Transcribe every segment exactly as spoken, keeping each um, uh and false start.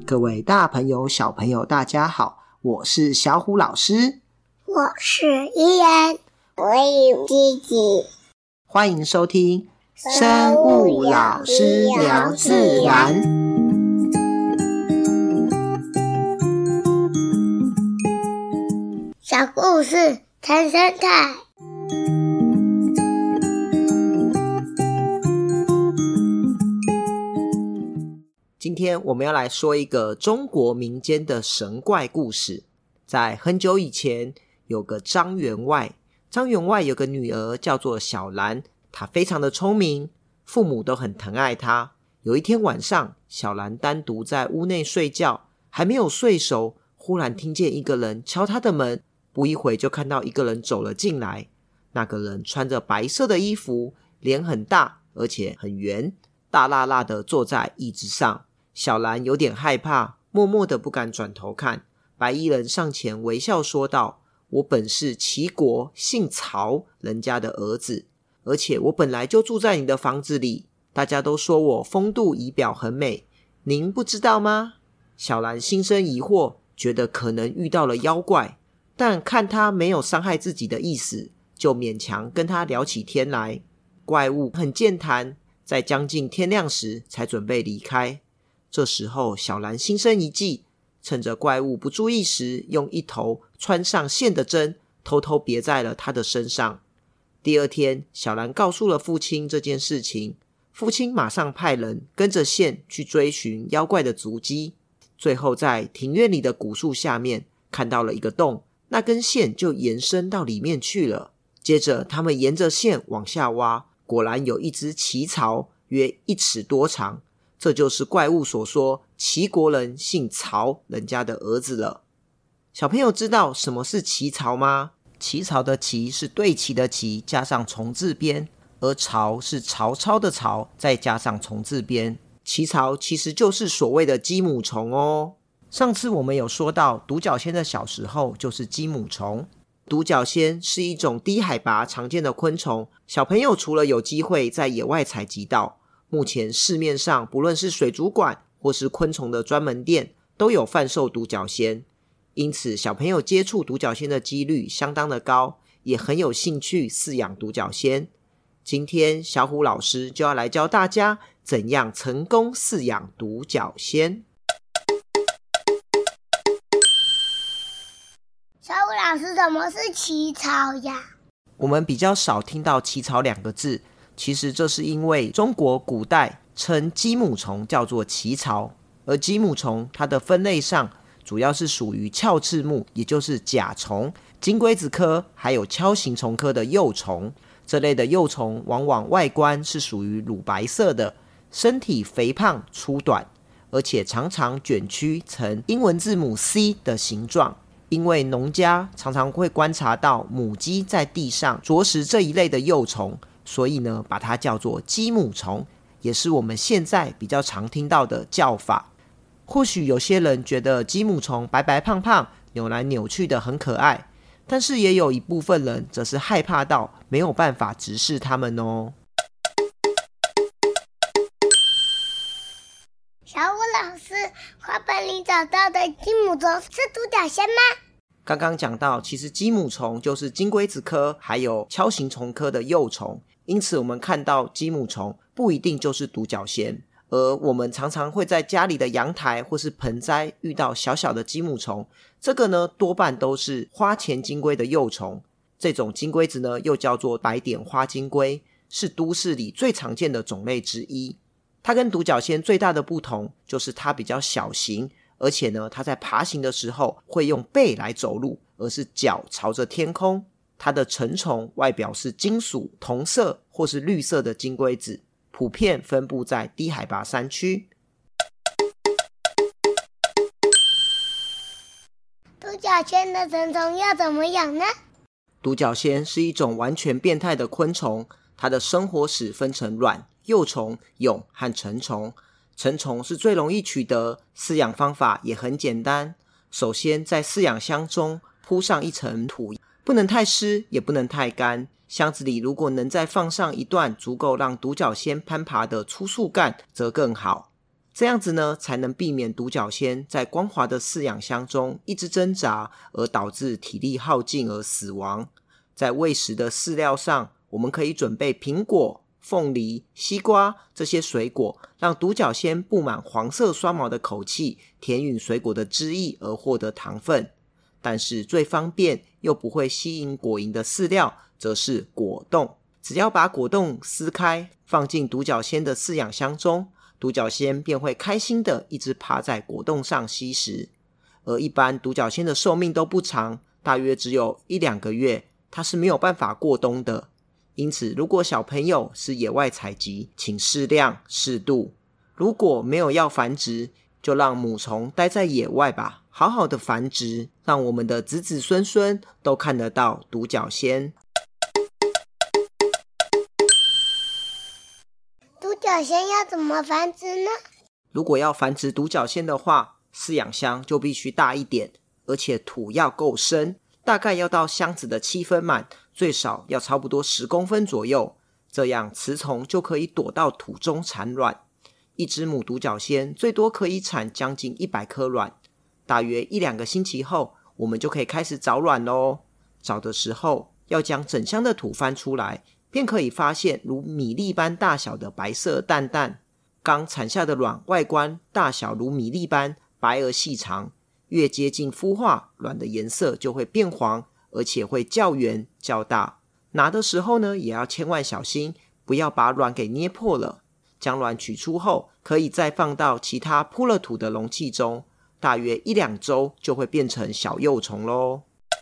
各位大朋友小朋友大家好，我是小虎老师。 我是依然，我有弟弟。 欢迎收听生物老师聊自然。 小故事谈生态。 今天我们要来说一个中国民间的神怪故事。在很久以前，有个张员外，张员外有个女儿叫做小兰，她非常的聪明，父母都很疼爱她。有一天晚上，小兰单独在屋内睡觉，还没有睡熟，忽然听见一个人敲她的门，不一会就看到一个人走了进来。那个人穿着白色的衣服，脸很大，而且很圆，大辣辣的坐在椅子上。小兰有点害怕，默默的不敢转头看。白衣人上前微笑说道：我本是齐国姓曹人家的儿子，而且我本来就住在你的房子里，大家都说我风度仪表很美，您不知道吗？小兰心生疑惑，觉得可能遇到了妖怪，但看他没有伤害自己的意思，就勉强跟他聊起天来。怪物很健谈，在将近天亮时才准备离开。这时候小兰心生一计，趁着怪物不注意时，用一头穿上线的针偷偷别在了他的身上。第二天，小兰告诉了父亲这件事情，父亲马上派人跟着线去追寻妖怪的足迹，最后在庭院里的古树下面看到了一个洞，那根线就延伸到里面去了。接着他们沿着线往下挖，果然有一只奇曹，约一尺多长，这就是怪物所说齐国人姓曹人家的儿子了。小朋友知道什么是齐曹吗？齐曹的齐是对齐的齐加上虫字边，而曹是曹操的曹再加上虫字边。齐曹其实就是所谓的鸡母虫哦。上次我们有说到独角仙的小时候就是鸡母虫。独角仙是一种低海拔常见的昆虫，小朋友除了有机会在野外采集到，目前市面上不论是水族馆或是昆虫的专门店都有贩售独角仙，因此小朋友接触独角仙的几率相当的高，也很有兴趣饲养独角仙。今天小虎老师就要来教大家怎样成功饲养独角仙。 小虎老师，什么是齐曹呀？ 我们比较少听到齐曹两个字，其实这是因为中国古代称鸡母虫叫做齐曹，而鸡母虫它的分类上主要是属于鞘翅目，也就是甲虫、金龟子科还有锹形虫科的幼虫。这类的幼虫往往外观是属于乳白色的，身体肥胖粗短，而且常常卷曲成英文字母 C 的形状。因为农家常常会观察到母鸡在地上啄食这一类的幼虫，所以呢，把它叫做鸡母虫，也是我们现在比较常听到的叫法。或许有些人觉得鸡母虫白白胖胖、扭来扭去的很可爱，但是也有一部分人则是害怕到没有办法直视它们哦。 小虎老师，画本里找到的鸡母虫是独角仙吗？ 刚刚讲到，其实鸡母虫就是金龟子科还有锹形虫科的幼虫，因此我们看到鸡母虫不一定就是独角仙，而我们常常会在家里的阳台或是盆栽遇到小小的鸡母虫，这个呢多半都是花钱金龟的幼虫。这种金龟子呢又叫做白点花金龟，是都市里最常见的种类之一。它跟独角仙最大的不同就是它比较小型，而且呢它在爬行的时候会用背来走路，而是脚朝着天空。它的成虫外表是金属、铜色或是绿色的金龟子，普遍分布在低海拔山区。 独角仙的成虫要怎么养呢？ 独角仙是一种完全变态的昆虫，它的生活史分成卵、幼虫、蛹和成虫。成虫是最容易取得，饲养方法也很简单。首先在饲养箱中铺上一层土，不能太湿也不能太干。箱子里如果能再放上一段足够让独角仙攀爬的粗树干则更好。 这样子呢，才能避免独角仙在光滑的饲养箱中一直挣扎，而导致体力耗尽而死亡。在喂食的饲料上，我们可以准备苹果、凤梨、西瓜这些水果，让独角仙布满黄色刷毛的口器，舔吮水果的汁液而获得糖分。但是最方便又不会吸引果蝇的饲料，则是果冻。只要把果冻撕开，放进独角仙的饲养箱中，独角仙便会开心的一直趴在果冻上吸食。而一般独角仙的寿命都不长，大约只有一两个月，它是没有办法过冬的。因此如果小朋友是野外采集，请适量适度，如果没有要繁殖，就让母虫待在野外吧，好好的繁殖，让我们的子子孙孙都看得到独角仙。 独角仙要怎么繁殖呢？ 如果要繁殖独角仙的话，饲养箱就必须大一点，而且土要够深，大概要到箱子的七分满，最少要差不多十公分左右，这样雌虫就可以躲到土中产卵。一只母独角仙最多可以产将近一百颗卵，大约一两个星期后，我们就可以开始找卵咯。找的时候要将整箱的土翻出来，便可以发现如米粒般大小的白色蛋蛋。刚产下的卵外观大小如米粒般白而细长，越接近孵化，卵的颜色就会变黄，而且会较圆较大。拿的时候呢，也要千万小心，不要把卵给捏破了。将卵取出后，可以再放到其他铺了土的容器中，大约一两周就会变成小幼虫咯。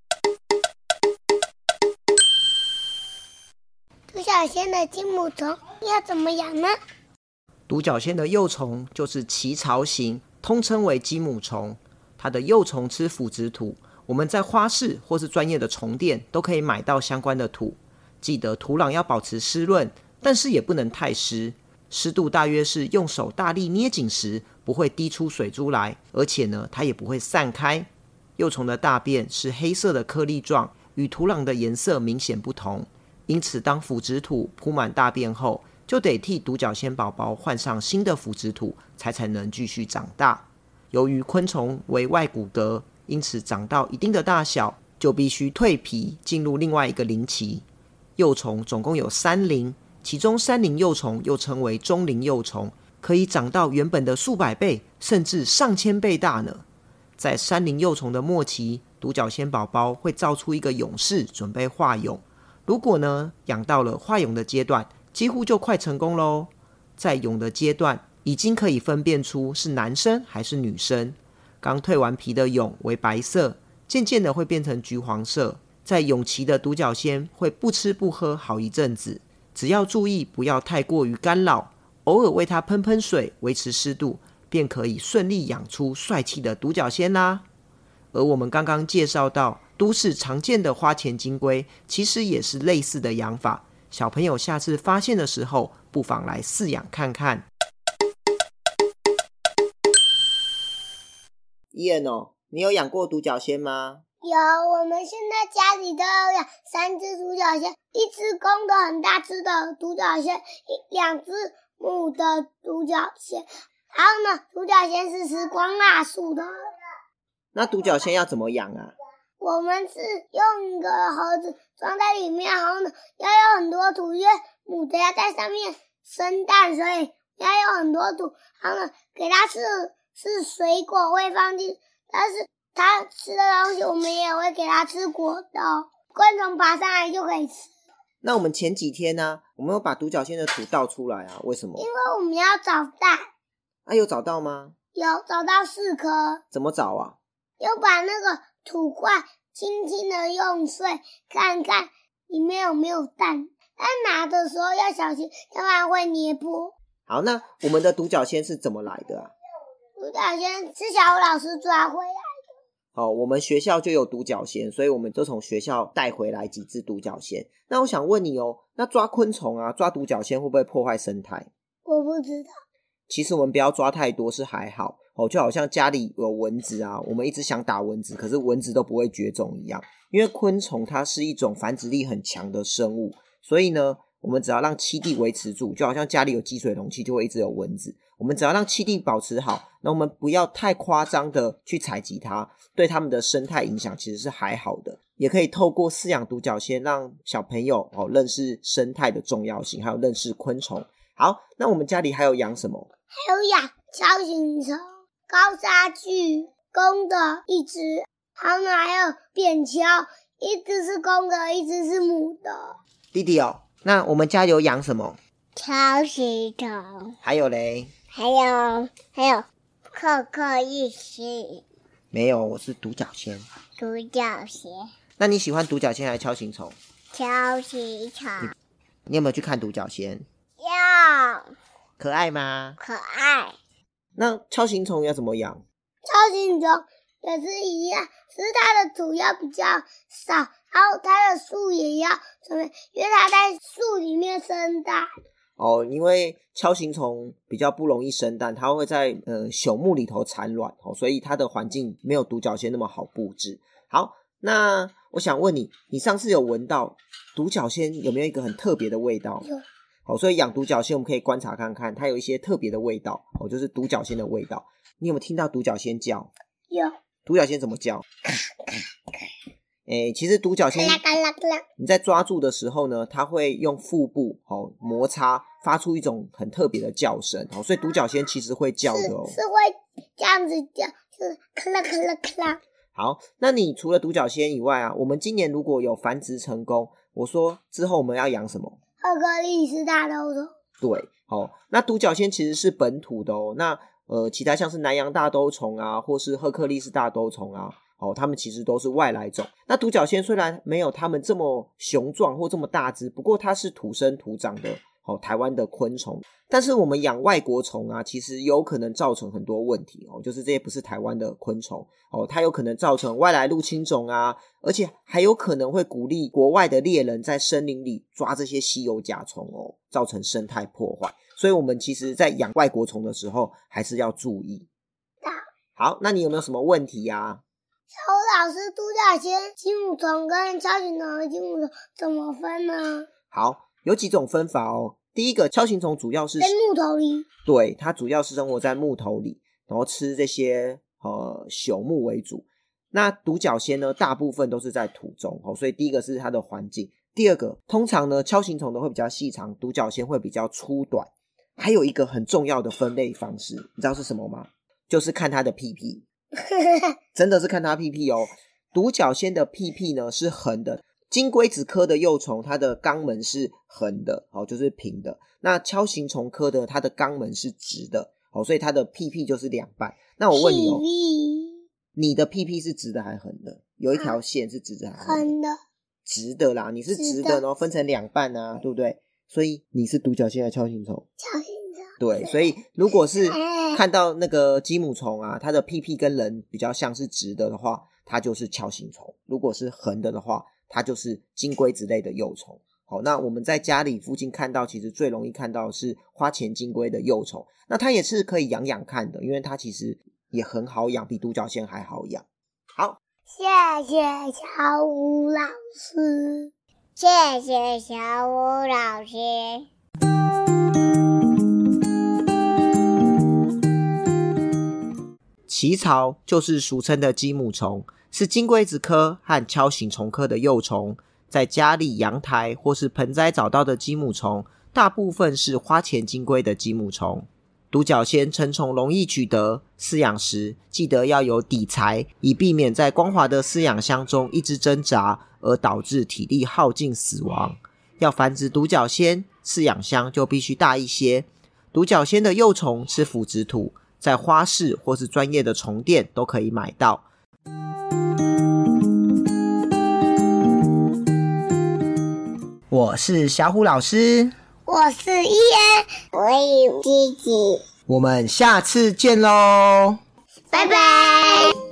独角仙的金母虫要怎么养呢？ 独角仙的幼虫就是脐巢型，通称为金母虫。它的幼虫吃腐殖土，我们在花市或是专业的虫店都可以买到相关的土。记得土壤要保持湿润，但是也不能太湿。湿度大约是用手大力捏紧时不会滴出水珠来，而且呢，它也不会散开。幼虫的大便是黑色的颗粒状，与土壤的颜色明显不同。因此当腐殖土铺满大便后，就得替独角仙宝宝换上新的腐殖土，才才能继续长大。由于昆虫为外骨骼，因此长到一定的大小，就必须蜕皮进入另外一个龄期。幼虫总共有三龄，其中三龄幼虫又称为中龄幼虫，可以长到原本的数百倍甚至上千倍大呢。在三龄幼虫的末期，独角仙宝宝会造出一个蛹室，准备化蛹。如果呢养到了化蛹的阶段，几乎就快成功咯。在蛹的阶段，已经可以分辨出是男生还是女生。刚蜕完皮的蛹为白色，渐渐的会变成橘黄色。在蛹期的独角仙会不吃不喝好一阵子，只要注意不要太过于干扰，偶尔为它喷喷水，维持湿度，便可以顺利养出帅气的独角仙啦。而我们刚刚介绍到都市常见的花钱金龟，其实也是类似的养法。小朋友下次发现的时候，不妨来饲养看看。伊恩哦，你有养过独角仙吗？ 有，我们现在家里都有养三只独角仙，一只公的很大只的独角仙，一两只母的独角仙。然后呢，独角仙是吃光蜡树的。 那独角仙要怎么养啊？ 我们是用一个盒子装在里面，然后呢要有很多土，因为母的要在上面生蛋，所以要有很多土。然后呢给它吃是水果会放进，但是它吃的东西我们也会给它吃果冻，昆虫爬上来就可以吃。 那我们前几天呢、啊，我们有把独角仙的土倒出来啊？为什么？ 因为我们要找蛋。 啊，有找到吗？ 有，找到四颗。 怎么找啊？ 要把那个土块轻轻的用碎，看看里面有没有蛋。但拿的时候要小心，要不然会捏破。 好，那我们的独角仙是怎么来的啊？ 独角仙是小虎老师抓回来的。 好，我们学校就有独角仙，所以我们就从学校带回来几只独角仙。那我想问你哦，那抓昆虫啊，抓独角仙会不会破坏生态？ 我不知道。 其实我们不要抓太多是还好哦，就好像家里有蚊子啊，我们一直想打蚊子，可是蚊子都不会绝种一样。因为昆虫它是一种繁殖力很强的生物，所以呢我们只要让栖地维持住，就好像家里有积水容器就会一直有蚊子， 我们只要让栖地保持好，那我们不要太夸张的去采集它，对它们的生态影响其实是还好的。也可以透过饲养独角仙让小朋友、哦、认识生态的重要性，还有认识昆虫。好，那我们家里还有养什么？ 还有养锹形虫、高沙巨公的一只，然后呢还有扁锹，一只是公的，一只是母的。 弟弟哦，那我们家有养什么？ 锹形虫， 还有嘞？ 还有还有扣扣一只， 没有，我是独角仙。 独角仙。 那你喜欢独角仙还是锹形虫？ 锹形虫。 你有没有去看独角仙？ 要。 可爱吗？ 可爱。 那锹形虫要怎么养？ 锹形虫也是一样，只是它的土要比较少，然后它的树也要准备，因为它在树里面生蛋。 哦，因为锹形虫比较不容易生蛋，它会在呃朽木里头产卵、哦、所以它的环境没有独角仙那么好布置。好，那我想问你，你上次有闻到独角仙有没有一个很特别的味道？ 有。 好，所以养独角仙我们可以观察看看，它有一些特别的味道、哦、就是独角仙的味道。你有没有听到独角仙叫？ 有。 独角仙怎么叫？诶，其实独角仙你在抓住的时候呢，它会用腹部、哦、摩擦发出一种很特别的叫声、哦、所以独角仙其实会叫的哦， 是, 是会这样子叫，就是咔啦咔啦咔啦。 好，那你除了独角仙以外啊，我们今年如果有繁殖成功，我说之后我们要养什么？ 赫克利斯大兜虫。 对，哦，那独角仙其实是本土的哦，那呃，其他像是南洋大兜虫啊，或是赫克利斯大兜虫啊，哦，它们其实都是外来种。那独角仙虽然没有它们这么雄壮或这么大只，不过它是土生土长的哦，台湾的昆虫。但是我们养外国虫啊，其实有可能造成很多问题哦，就是这些不是台湾的昆虫哦，它有可能造成外来入侵种啊，而且还有可能会鼓励国外的猎人在森林里抓这些稀有甲虫哦，造成生态破坏。所以我们其实在养外国虫的时候还是要注意。好，那你有没有什么问题啊？ 小虎老师，独角仙、金母虫跟锹形虫和金母虫怎么分呢？ 好，有几种分法哦。第一个，锹形虫主要是在木头里， 对，它主要是生活在木头里，然后吃这些呃朽木为主。那独角仙呢，大部分都是在土中、哦、所以第一个是它的环境。第二个，通常呢锹形虫都会比较细长，独角仙会比较粗短。还有一个很重要的分类方式，你知道是什么吗？就是看它的屁屁。真的是看它屁屁哦。独角仙的屁屁呢是横的，金龟子科的幼虫它的肛门是横的、哦、就是平的。那锹形虫科的它的肛门是直的、哦、所以它的屁屁就是两半。那我问你哦，你的屁屁是直的还是横的？有一条线是直的还是横的？ 横的。 直的啦，你是直的，然后分成两半啊，对不对？所以你是独角仙还是锹形虫？ 锹形虫。 对，所以如果是看到那个鸡母虫啊，它的屁屁跟人比较像是直的的话，它就是锹形虫；如果是横的的话，它就是金龟子类的幼虫。好，那我们在家里附近看到，其实最容易看到的是花钱金龟的幼虫，那它也是可以养养看的，因为它其实也很好养，比独角仙还好养。好， 谢谢小虎老师，谢谢小虎老师。 奇巢就是俗称的鸡母虫，是金龟子科和锹形虫科的幼虫。在家里、阳台或是盆栽找到的鸡母虫，大部分是花钱金龟的鸡母虫。独角仙成虫容易取得，饲养时记得要有底材，以避免在光滑的饲养箱中一直挣扎，而导致体力耗尽死亡。要繁殖独角仙，饲养箱就必须大一些。独角仙的幼虫吃腐殖土，在花市或是专业的虫店都可以买到。我是小虎老师， 我是伊恩，我有吉吉， 我们下次见咯， 拜拜。